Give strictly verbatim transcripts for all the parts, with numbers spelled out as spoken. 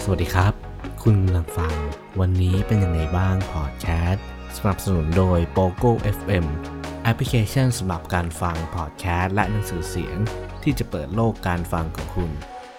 สวัสดีครับคุณกำลังฟังวันนี้เป็นยังไงบ้างพอดแคสต์สนับสนุนโดย Pogo เอฟ เอ็ม แอปพลิเคชันสำหรับการฟังพอดแคสต์และหนังสือเสียงที่จะเปิดโลกการฟังของคุณ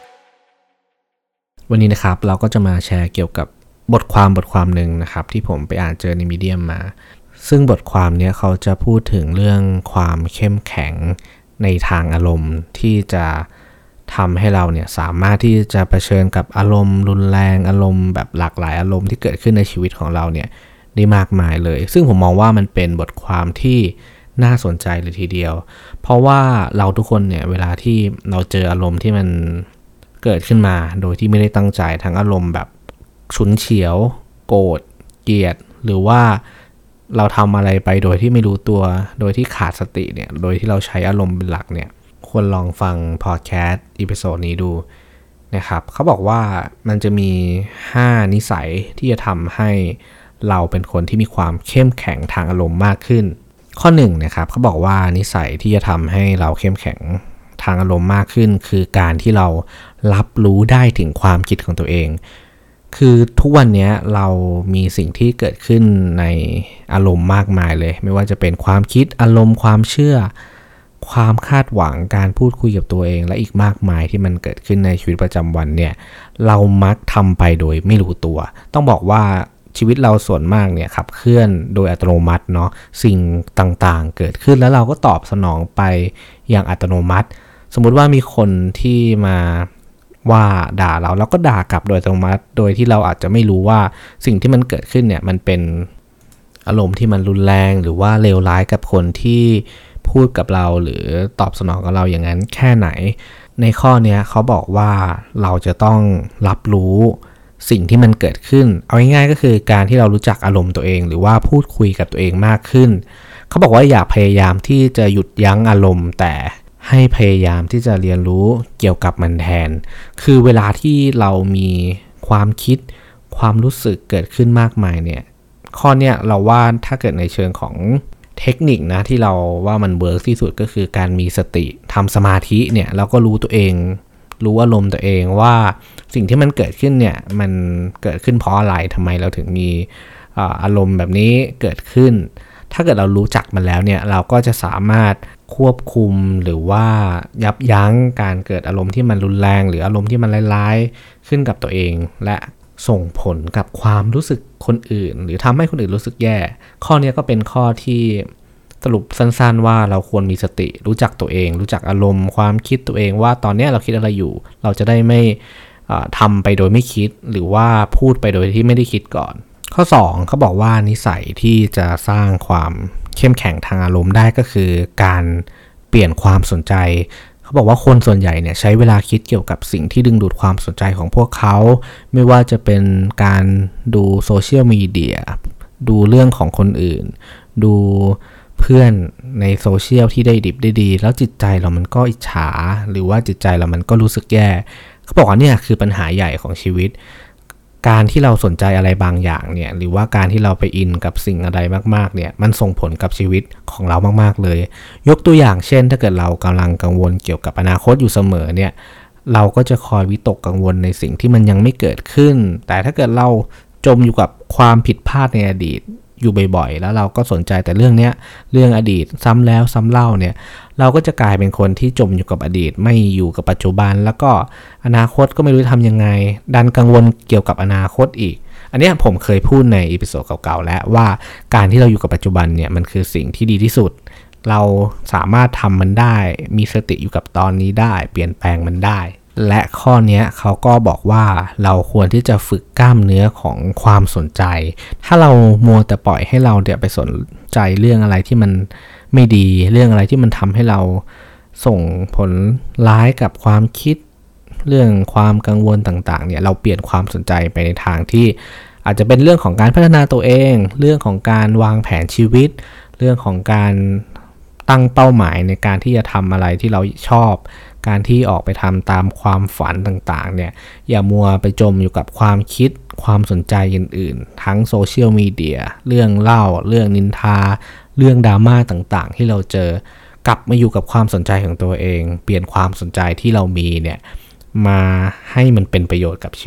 วันนี้นะครับเราก็จะมาแชร์เกี่ยวกับบทความบทความหนึ่งนะครับที่ผมไปอ่านเจอในมีเดียมมาซึ่งบทความนี้เขาจะพูดถึงเรื่องความเข้มแข็งในทางอารมณ์ที่จะทำให้เราเนี่ยสามารถที่จะเผชิญกับอารมณ์รุนแรงอารมณ์แบบหลากหลายอารมณ์ที่เกิดขึ้นในชีวิตของเราเนี่ยได้มากมายเลยซึ่งผมมองว่ามันเป็นบทความที่น่าสนใจเลยทีเดียวเพราะว่าเราทุกคนเนี่ยเวลาที่เราเจออารมณ์ที่มันเกิดขึ้นมาโดยที่ไม่ได้ตั้งใจทั้งอารมณ์แบบฉุนเฉียวโกรธเกลียดหรือว่าเราทำอะไรไปโดยที่ไม่รู้ตัวโดยที่ขาดสติเนี่ยโดยที่เราใช้อารมณ์เป็นหลักเนี่ยควรลองฟังพอดแคสต์อีพิโซดนี้ดูนะครับเขาบอกว่ามันจะมีห้านิสัยที่จะทำให้เราเป็นคนที่มีความเข้มแข็งทางอารมณ์มากขึ้นข้อหนึ่งนะครับเขาบอกว่านิสัยที่จะทำให้เราเข้มแข็งทางอารมณ์มากขึ้นคือการที่เรารับรู้ได้ถึงความคิดของตัวเองคือทุกวันนี้เรามีสิ่งที่เกิดขึ้นในอารมณ์มากมายเลยไม่ว่าจะเป็นความคิดอารมณ์ความเชื่อความคาดหวังการพูดคุยกับตัวเองและอีกมากมายที่มันเกิดขึ้นในชีวิตประจำวันเนี่ยเรามักทำไปโดยไม่รู้ตัวต้องบอกว่าชีวิตเราส่วนมากเนี่ยขับเคลื่อนโดยอัตโนมัติเนาะสิ่งต่างๆเกิดขึ้นแล้วเราก็ตอบสนองไปอย่างอัตโนมัติสมมุติว่ามีคนที่มาว่าด่าเราเราก็ด่ากลับโดยอัตโนมัติโดยที่เราอาจจะไม่รู้ว่าสิ่งที่มันเกิดขึ้นเนี่ยมันเป็นอารมณ์ที่มันรุนแรงหรือว่าเลวร้ายกับคนที่พูดกับเราหรือตอบสนองกับเราอย่างนั้นแค่ไหนในข้อนี้เขาบอกว่าเราจะต้องรับรู้สิ่งที่มันเกิดขึ้นเอาง่ายๆก็คือการที่เรารู้จักอารมณ์ตัวเองหรือว่าพูดคุยกับตัวเองมากขึ้นเขาบอกว่าอย่าพยายามที่จะหยุดยั้งอารมณ์แต่ให้พยายามที่จะเรียนรู้เกี่ยวกับมันแทนคือเวลาที่เรามีความคิดความรู้สึกเกิดขึ้นมากมายเนี่ยข้อเนี้ยเราว่าถ้าเกิดในเชิงของเทคนิคนะที่เราว่ามันเวิร์กที่สุดก็คือการมีสติทำสมาธิเนี่ยเราก็รู้ตัวเองรู้อารมณ์ตัวเองว่าสิ่งที่มันเกิดขึ้นเนี่ยมันเกิดขึ้นเพราะอะไรทำไมเราถึงมีอารมณ์แบบนี้เกิดขึ้นถ้าเกิดเรารู้จักมันแล้วเนี่ยเราก็จะสามารถควบคุมหรือว่ายับยั้งการเกิดอารมณ์ที่มันรุนแรงหรืออารมณ์ที่มันร้ายๆขึ้นกับตัวเองและส่งผลกับความรู้สึกคนอื่นหรือทำให้คนอื่นรู้สึกแย่ข้อนี้ก็เป็นข้อที่สรุปสั้นๆว่าเราควรมีสติรู้จักตัวเองรู้จักอารมณ์ความคิดตัวเองว่าตอนนี้เราคิดอะไรอยู่เราจะได้ไม่ทำไปโดยไม่คิดหรือว่าพูดไปโดยที่ไม่ได้คิดก่อนข้อสองเขาบอกว่านิสัยที่จะสร้างความเข้มแข็งทางอารมณ์ได้ก็คือการเปลี่ยนความสนใจเขาบอกว่าคนส่วนใหญ่เนี่ยใช้เวลาคิดเกี่ยวกับสิ่งที่ดึงดูดความสนใจของพวกเขาไม่ว่าจะเป็นการดูโซเชียลมีเดียดูเรื่องของคนอื่นดูเพื่อนในโซเชียลที่ได้ดิบได้ดีแล้วจิตใจเรามันก็อิจฉาหรือว่าจิตใจเรามันก็รู้สึกแย่เขาบอกว่าเนี่ยคือปัญหาใหญ่ของชีวิตการที่เราสนใจอะไรบางอย่างเนี่ยหรือว่าการที่เราไปอินกับสิ่งอะไรมากๆเนี่ยมันส่งผลกับชีวิตของเรามากๆเลยยกตัวอย่างเช่นถ้าเกิดเรากำลังกังวลเกี่ยวกับอนาคตอยู่เสมอเนี่ยเราก็จะคอยวิตกกังวลในสิ่งที่มันยังไม่เกิดขึ้นแต่ถ้าเกิดเราจมอยู่กับความผิดพลาดในอดีตอยู่บ่อยๆแล้วเราก็สนใจแต่เรื่องเนี้ยเรื่องอดีตซ้ำแล้วซ้ำเล่าเนี่ยเราก็จะกลายเป็นคนที่จมอยู่กับอดีตไม่อยู่กับปัจจุบันแล้วก็อนาคตก็ไม่รู้จะทำยังไงดันกังวลเกี่ยวกับอนาคตอีกอันนี้ผมเคยพูดในอีพิโซดเก่าๆแล้วว่าการที่เราอยู่กับปัจจุบันเนี่ยมันคือสิ่งที่ดีที่สุดเราสามารถทำมันได้มีสติอยู่กับตอนนี้ได้เปลี่ยนแปลงมันได้และข้อนี้เขาก็บอกว่าเราควรที่จะฝึกกล้ามเนื้อของความสนใจถ้าเรามัวแต่ปล่อยให้เราเดี๋ยวไปสนใจเรื่องอะไรที่มันไม่ดีเรื่องอะไรที่มันทำให้เราส่งผลร้ายกับความคิดเรื่องความกังวลต่างๆเนี่ยเราเปลี่ยนความสนใจไปในทางที่อาจจะเป็นเรื่องของการพัฒนาตัวเองเรื่องของการวางแผนชีวิตเรื่องของการตั้งเป้าหมายในการที่จะทำอะไรที่เราชอบการที่ออกไปทำตามความฝันต่างๆเนี่ยอย่ามัวไปจมอยู่กับความคิดความสนใจอื่นๆทั้งโซเชียลมีเดียเรื่องเล่าเรื่องนินทาเรื่องดราม่าต่างๆที่เราเจอกลับมาอยู่กับความสนใจของตัวเองเปลี่ยนความสนใจที่เรามีเนี่ยมาให้มันเป็นประโยชน์กับชีวิต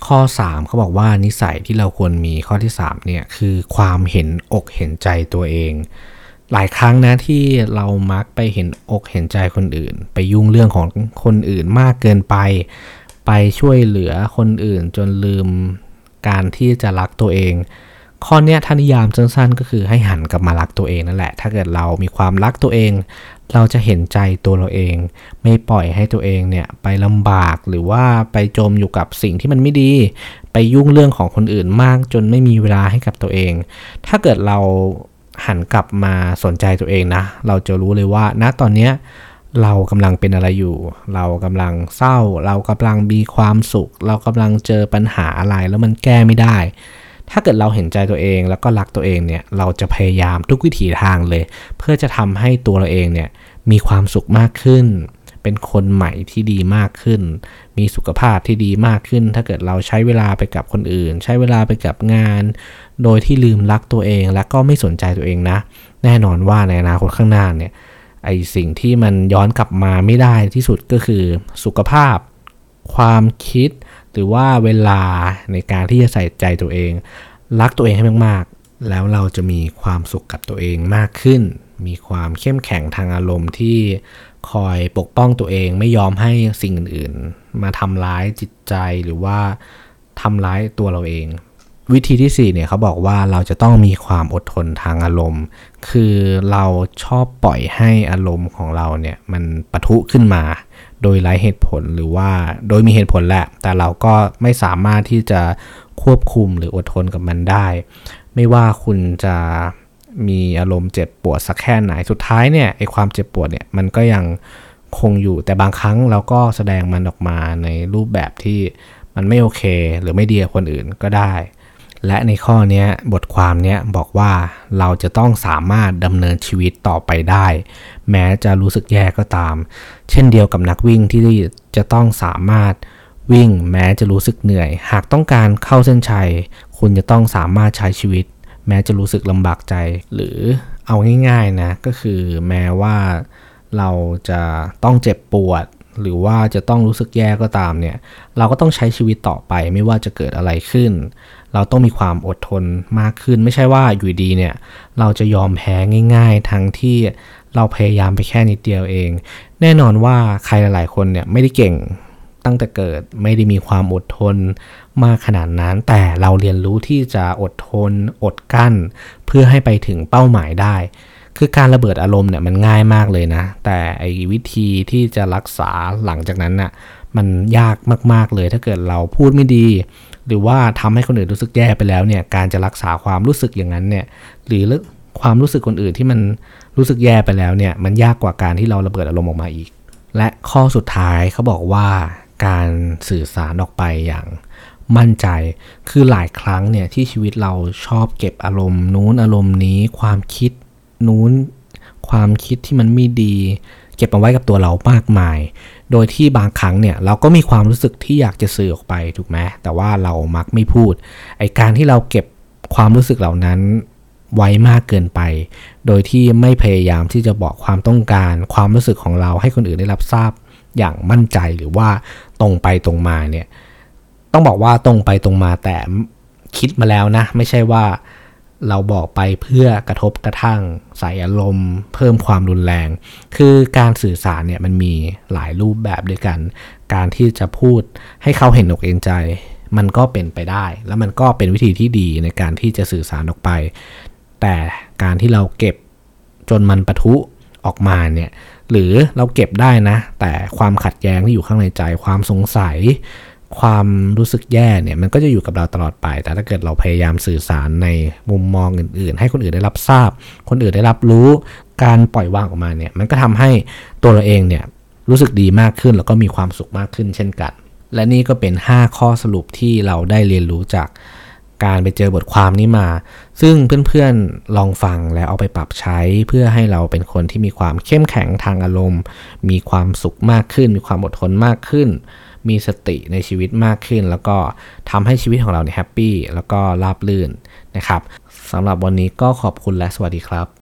ข้อสามเขาบอกว่านิสัยที่เราควรมีข้อที่สามเนี่ยคือความเห็นอกเห็นใจตัวเองหลายครั้งนะที่เรามักไปเห็นอกเห็นใจคนอื่นไปยุ่งเรื่องของคนอื่นมากเกินไปไปช่วยเหลือคนอื่นจนลืมการที่จะรักตัวเองข้อเนี้ยถ้านิยามสั้นๆก็คือให้หันกลับมารักตัวเองนั่นแหละถ้าเกิดเรามีความรักตัวเองเราจะเห็นใจตัวเราเองไม่ปล่อยให้ตัวเองเนี่ยไปลำบากหรือว่าไปจมอยู่กับสิ่งที่มันไม่ดีไปยุ่งเรื่องของคนอื่นมากจนไม่มีเวลาให้กับตัวเองถ้าเกิดเราหันกลับมาสนใจตัวเองนะเราจะรู้เลยว่าณตอนเนี้ยเรากำลังเป็นอะไรอยู่เรากำลังเศร้าเรากำลังมีความสุขเรากำลังเจอปัญหาอะไรแล้วมันแก้ไม่ได้ถ้าเกิดเราเห็นใจตัวเองแล้วก็รักตัวเองเนี่ยเราจะพยายามทุกวิถีทางเลยเพื่อจะทำให้ตัวเราเองเนี่ยมีความสุขมากขึ้นเป็นคนใหม่ที่ดีมากขึ้นมีสุขภาพที่ดีมากขึ้นถ้าเกิดเราใช้เวลาไปกับคนอื่นใช้เวลาไปกับงานโดยที่ลืมรักตัวเองและก็ไม่สนใจตัวเองนะแน่นอนว่าในอนาคตข้างหน้าเนี่ยไอสิ่งที่มันย้อนกลับมาไม่ได้ที่สุดก็คือสุขภาพความคิดหรือว่าเวลาในการที่จะใส่ใจตัวเองรักตัวเองให้มากๆแล้วเราจะมีความสุขกับตัวเองมากขึ้นมีความเข้มแข็งทางอารมณ์ที่คอยปกป้องตัวเองไม่ยอมให้สิ่งอื่นๆมาทำร้ายจิตใจหรือว่าทำร้ายตัวเราเองวิธีที่สี่เนี่ยเขาบอกว่าเราจะต้องมีความอดทนทางอารมณ์คือเราชอบปล่อยให้อารมณ์ของเราเนี่ยมันปะทุขึ้นมาโดยไร้เหตุผลหรือว่าโดยมีเหตุผลแหละแต่เราก็ไม่สามารถที่จะควบคุมหรืออดทนกับมันได้ไม่ว่าคุณจะมีอารมณ์เจ็บปวดสักแค่ไหนสุดท้ายเนี่ยไอ้ความเจ็บปวดเนี่ยมันก็ยังคงอยู่แต่บางครั้งเราก็แสดงมันออกมาในรูปแบบที่มันไม่โอเคหรือไม่ดีกับคนอื่นก็ได้และในข้อนี้บทความนี้บอกว่าเราจะต้องสามารถดำเนินชีวิตต่อไปได้แม้จะรู้สึกแย่ก็ตามเช่นเดียวกับนักวิ่งที่จะต้องสามารถวิ่งแม้จะรู้สึกเหนื่อยหากต้องการเข้าเส้นชัยคุณจะต้องสามารถใช้ชีวิตแม้จะรู้สึกลำบากใจหรือเอาง่ายๆนะก็คือแม้ว่าเราจะต้องเจ็บปวดหรือว่าจะต้องรู้สึกแย่ก็ตามเนี่ยเราก็ต้องใช้ชีวิตต่อไปไม่ว่าจะเกิดอะไรขึ้นเราต้องมีความอดทนมากขึ้นไม่ใช่ว่าอยู่ดีเนี่ยเราจะยอมแพ้ง่ายๆทั้งที่เราพยายามไปแค่นิดเดียวเองแน่นอนว่าใครหลายๆคนเนี่ยไม่ได้เก่งตั้งแต่เกิดไม่ได้มีความอดทนมากขนาดนั้นแต่เราเรียนรู้ที่จะอดทนอดกั้นเพื่อให้ไปถึงเป้าหมายได้คือการระเบิดอารมณ์เนี่ยมันง่ายมากเลยนะแต่ไอ้วิธีที่จะรักษาหลังจากนั้นน่ะมันยากมากๆเลยถ้าเกิดเราพูดไม่ดีหรือว่าทำให้คนอื่นรู้สึกแย่ไปแล้วเนี่ยการจะรักษาความรู้สึกอย่างนั้นเนี่ยหรือความรู้สึกคนอื่นที่มันรู้สึกแย่ไปแล้วเนี่ยมันยากกว่าการที่เราระเบิดอารมณ์ออกมาอีกและข้อสุดท้ายเขาบอกว่าการสื่อสารออกไปอย่างมั่นใจคือหลายครั้งเนี่ยที่ชีวิตเราชอบเก็บอารมณ์นู้นอารมณ์นี้ความคิดนู้นความคิดที่มันไม่ดีเก็บมาไว้กับตัวเรามากมายโดยที่บางครั้งเนี่ยเราก็มีความรู้สึกที่อยากจะสื่อออกไปถูกไหมแต่ว่าเรามักไม่พูดไอ้การที่เราเก็บความรู้สึกเหล่านั้นไว้มากเกินไปโดยที่ไม่พยายามที่จะบอกความต้องการความรู้สึกของเราให้คนอื่นได้รับทราบอย่างมั่นใจหรือว่าตรงไปตรงมาเนี่ยต้องบอกว่าตรงไปตรงมาแต่คิดมาแล้วนะไม่ใช่ว่าเราบอกไปเพื่อกระทบกระทั่งใส่อารมณ์เพิ่มความรุนแรงคือการสื่อสารเนี่ยมันมีหลายรูปแบบด้วยกันการที่จะพูดให้เขาเห็นอกเห็นใจมันก็เป็นไปได้แล้วมันก็เป็นวิธีที่ดีในการที่จะสื่อสารออกไปแต่การที่เราเก็บจนมันปะทุออกมาเนี่ยหรือเราเก็บได้นะแต่ความขัดแย้งที่อยู่ข้างในใจความสงสัยความรู้สึกแย่เนี่ยมันก็จะอยู่กับเราตลอดไปแต่ถ้าเกิดเราพยายามสื่อสารในมุมมองอื่นๆให้คนอื่นได้รับทราบคนอื่นได้รับรู้การปล่อยวางออกมาเนี่ยมันก็ทำให้ตัวเราเองเนี่ยรู้สึกดีมากขึ้นแล้วก็มีความสุขมากขึ้นเช่นกันและนี่ก็เป็นห้าข้อสรุปที่เราได้เรียนรู้จากการไปเจอบทความนี้มาซึ่งเพื่อนๆลองฟังแล้วเอาไปปรับใช้เพื่อให้เราเป็นคนที่มีความเข้มแข็งทางอารมณ์มีความสุขมากขึ้นมีความอดทนมากขึ้นมีสติในชีวิตมากขึ้นแล้วก็ทำให้ชีวิตของเราเนี่ยแฮปปี้แล้วก็ราบรื่นนะครับสำหรับวันนี้ก็ขอบคุณและสวัสดีครับ